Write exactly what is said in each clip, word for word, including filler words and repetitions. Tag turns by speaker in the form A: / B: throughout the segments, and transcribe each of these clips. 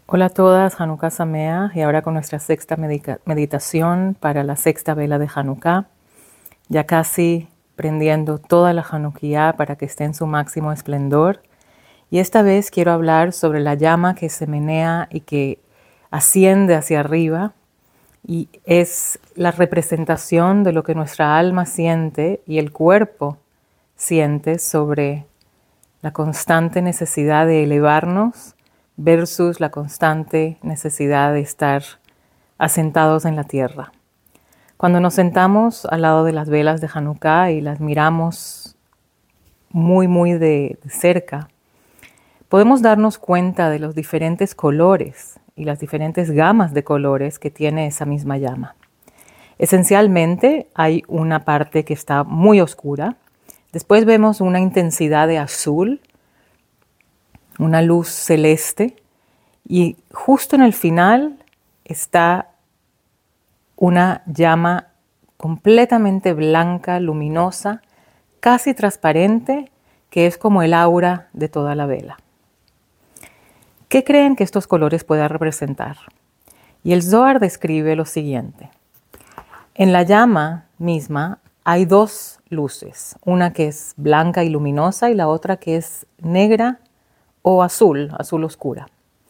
A: Hola a todas, Hanukkah Sameach, y ahora con nuestra sexta medica- meditación para la sexta vela de Hanukkah, ya casi prendiendo toda la Hanukkah para que esté en su máximo esplendor. Y esta vez quiero hablar sobre la llama que se menea y que asciende hacia arriba, y es la representación de lo que nuestra alma siente y el cuerpo siente sobre la constante necesidad de elevarnos versus la constante necesidad de estar asentados en la tierra. Cuando nos sentamos al lado de las velas de Hanukkah y las miramos muy, muy de, de cerca, podemos darnos cuenta de los diferentes colores y las diferentes gamas de colores que tiene esa misma llama. Esencialmente hay una parte que está muy oscura, después vemos una intensidad de azul, una luz celeste, y justo en el final está una llama completamente blanca, luminosa, casi transparente, que es como el aura de toda la vela. ¿Qué creen que estos colores puedan representar? Y el Zohar describe lo siguiente. En la llama misma hay dos luces, una que es blanca y luminosa y la otra que es negra o azul, azul oscura.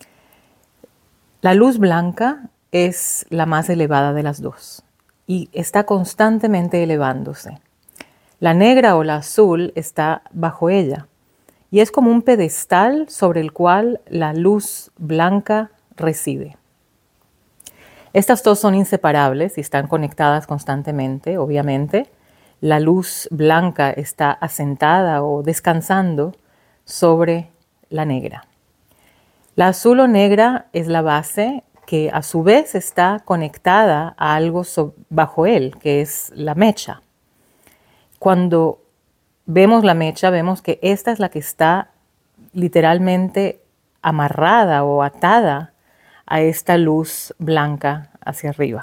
A: La luz blanca es la más elevada de las dos y está constantemente elevándose. La negra o la azul está bajo ella y es como un pedestal sobre el cual la luz blanca reside. Estas dos son inseparables y están conectadas constantemente, obviamente. La luz blanca está asentada o descansando sobre la negra. La azul o negra es la base que a su vez está conectada a algo so- bajo él, que es la mecha. Cuando vemos la mecha, vemos que esta es la que está literalmente amarrada o atada a esta luz blanca hacia arriba.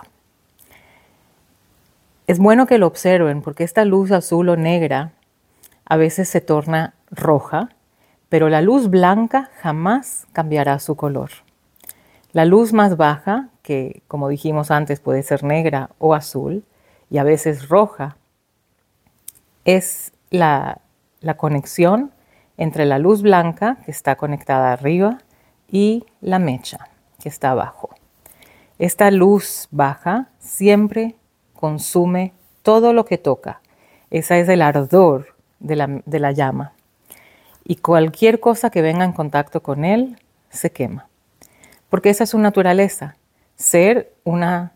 A: Es bueno que lo observen porque esta luz azul o negra a veces se torna roja, pero la luz blanca jamás cambiará su color. La luz más baja, que como dijimos antes puede ser negra o azul, y a veces roja, es la, la conexión entre la luz blanca, que está conectada arriba, y la mecha, que está abajo. Esta luz baja siempre consume todo lo que toca. Ese es el ardor de la, de la llama. Y cualquier cosa que venga en contacto con él se quema. Porque esa es su naturaleza, ser una,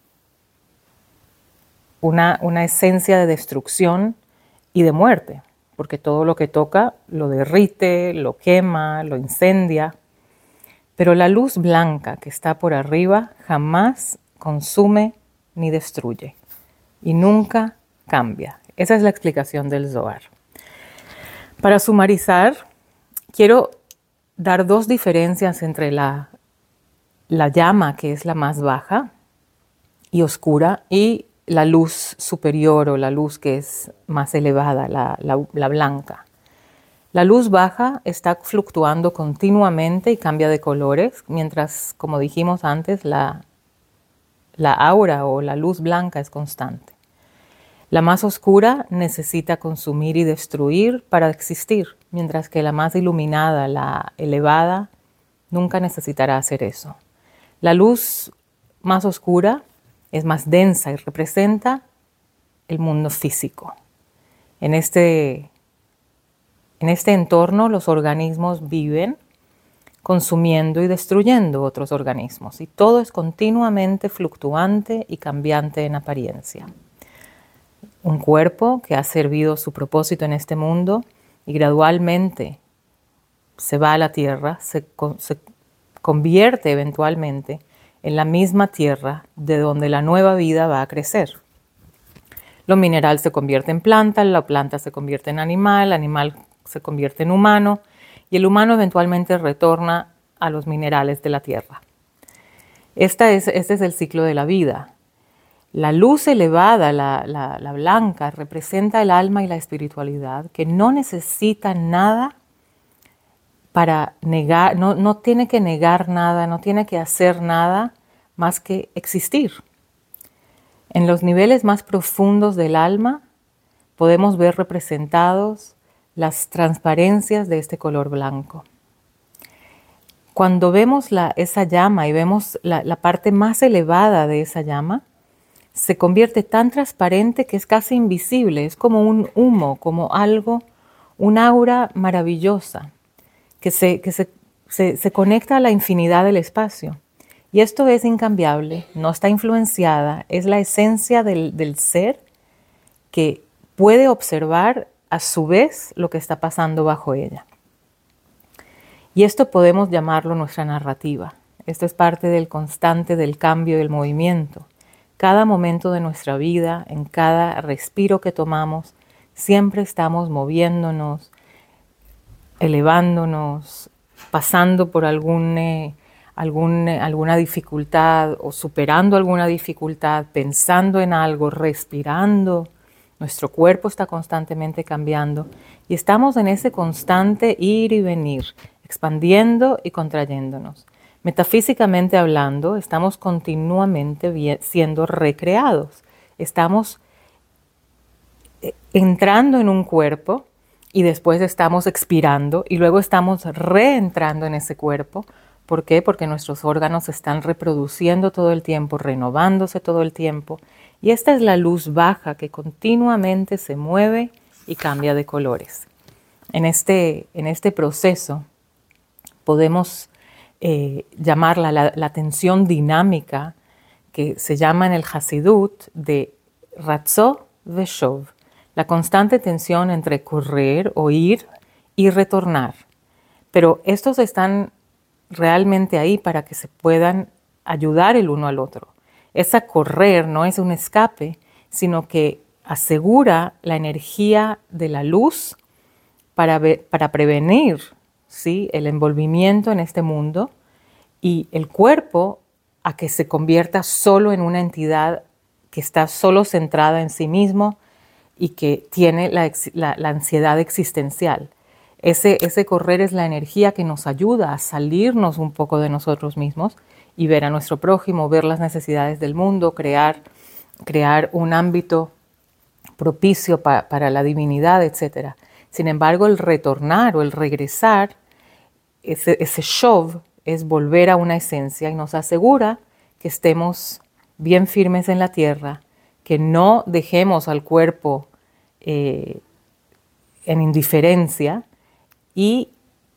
A: una, una esencia de destrucción y de muerte. Porque todo lo que toca lo derrite, lo quema, lo incendia. Pero la luz blanca que está por arriba jamás consume ni destruye. Y nunca cambia. Esa es la explicación del Zohar. Para sumarizar, quiero dar dos diferencias entre la, la llama, que es la más baja y oscura, y la luz superior o la luz que es más elevada, la, la, la blanca. La luz baja está fluctuando continuamente y cambia de colores, mientras, como dijimos antes, la, la aura o la luz blanca es constante. La más oscura necesita consumir y destruir para existir, mientras que la más iluminada, la elevada, nunca necesitará hacer eso. La luz más oscura es más densa y representa el mundo físico. En este, en este entorno los organismos viven consumiendo y destruyendo otros organismos y todo es continuamente fluctuante y cambiante en apariencia. Un cuerpo que ha servido su propósito en este mundo y gradualmente se va a la tierra, se, se convierte eventualmente en la misma tierra de donde la nueva vida va a crecer. Lo mineral se convierte en planta, la planta se convierte en animal, el animal se convierte en humano y el humano eventualmente retorna a los minerales de la tierra. Esta es, este es el ciclo de la vida. La luz elevada, la, la, la blanca, representa el alma y la espiritualidad que no necesita nada para negar, no, no tiene que negar nada, no tiene que hacer nada más que existir. En los niveles más profundos del alma podemos ver representados las transparencias de este color blanco. Cuando vemos la, esa llama y vemos la, la parte más elevada de esa llama, se convierte tan transparente que es casi invisible, es como un humo, como algo, un aura maravillosa que, se, que se, se, se conecta a la infinidad del espacio. Y esto es incambiable, no está influenciada, es la esencia del, del ser que puede observar a su vez lo que está pasando bajo ella. Y esto podemos llamarlo nuestra narrativa. Esto es parte del constante del cambio y del movimiento. Cada momento de nuestra vida, en cada respiro que tomamos, siempre estamos moviéndonos, elevándonos, pasando por algún, eh, algún, eh, alguna dificultad o superando alguna dificultad, pensando en algo, respirando. Nuestro cuerpo está constantemente cambiando y estamos en ese constante ir y venir, expandiendo y contrayéndonos. Metafísicamente hablando, estamos continuamente siendo recreados. Estamos entrando en un cuerpo y después estamos expirando y luego estamos reentrando en ese cuerpo. ¿Por qué? Porque nuestros órganos se están reproduciendo todo el tiempo, renovándose todo el tiempo. Y esta es la luz baja que continuamente se mueve y cambia de colores. En este, en este proceso podemos eh, llamarla la, la tensión dinámica que se llama en el Hasidut de Ratzó Veshov, la constante tensión entre correr o ir y retornar. Pero estos están realmente ahí para que se puedan ayudar el uno al otro. Esa correr no es un escape, sino que asegura la energía de la luz para, ver, para prevenir ¿sí? el envolvimiento en este mundo y el cuerpo a que se convierta solo en una entidad que está solo centrada en sí mismo y que tiene la, la, la ansiedad existencial. Ese, ese correr es la energía que nos ayuda a salirnos un poco de nosotros mismos y ver a nuestro prójimo, ver las necesidades del mundo, crear, crear un ámbito propicio pa, para la divinidad, etcétera. Sin embargo, el retornar o el regresar, ese, ese shov, es volver a una esencia y nos asegura que estemos bien firmes en la tierra, que no dejemos al cuerpo eh, en indiferencia y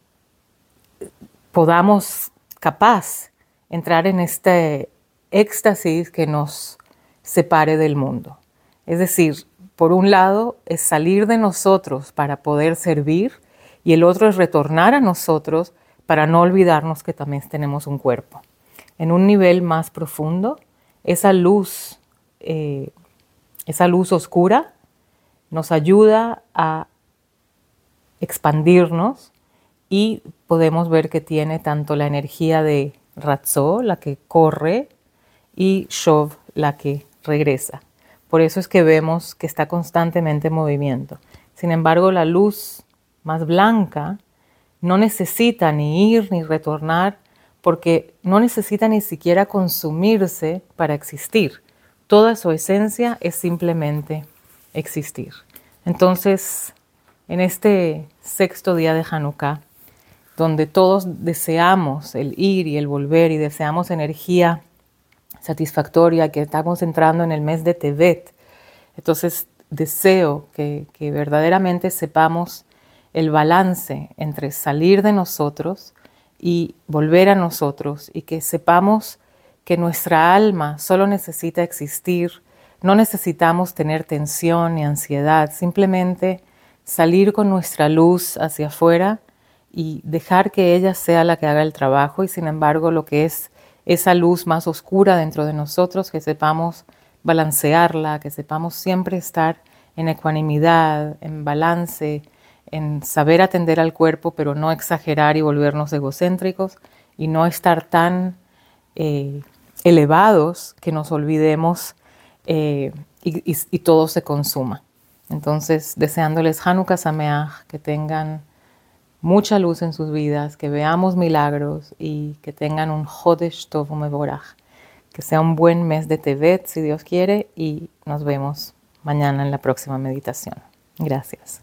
A: podamos capaz entrar en este éxtasis que nos separe del mundo. Es decir, por un lado es salir de nosotros para poder servir y el otro es retornar a nosotros para no olvidarnos que también tenemos un cuerpo. En un nivel más profundo, esa luz, eh, esa luz oscura nos ayuda a expandirnos y podemos ver que tiene tanto la energía de Ratzó, la que corre, y Shov, la que regresa. Por eso es que vemos que está constantemente en movimiento. Sin embargo, la luz más blanca no necesita ni ir ni retornar porque no necesita ni siquiera consumirse para existir. Toda su esencia es simplemente existir. Entonces, en este sexto día de Hanukkah, donde todos deseamos el ir y el volver y deseamos energía satisfactoria, que estamos entrando en el mes de Tevet, entonces deseo que, que verdaderamente sepamos el balance entre salir de nosotros y volver a nosotros y que sepamos que nuestra alma solo necesita existir, no necesitamos tener tensión ni ansiedad, simplemente salir con nuestra luz hacia afuera y dejar que ella sea la que haga el trabajo y sin embargo lo que es esa luz más oscura dentro de nosotros, que sepamos balancearla, que sepamos siempre estar en ecuanimidad, en balance, en saber atender al cuerpo, pero no exagerar y volvernos egocéntricos y no estar tan eh, elevados que nos olvidemos eh, y, y, y todo se consuma. Entonces, deseándoles Hanukkah Sameach, que tengan mucha luz en sus vidas, que veamos milagros y que tengan un Chodesh Tov Umevorach. Que sea un buen mes de Tevet, si Dios quiere, y nos vemos mañana en la próxima meditación. Gracias.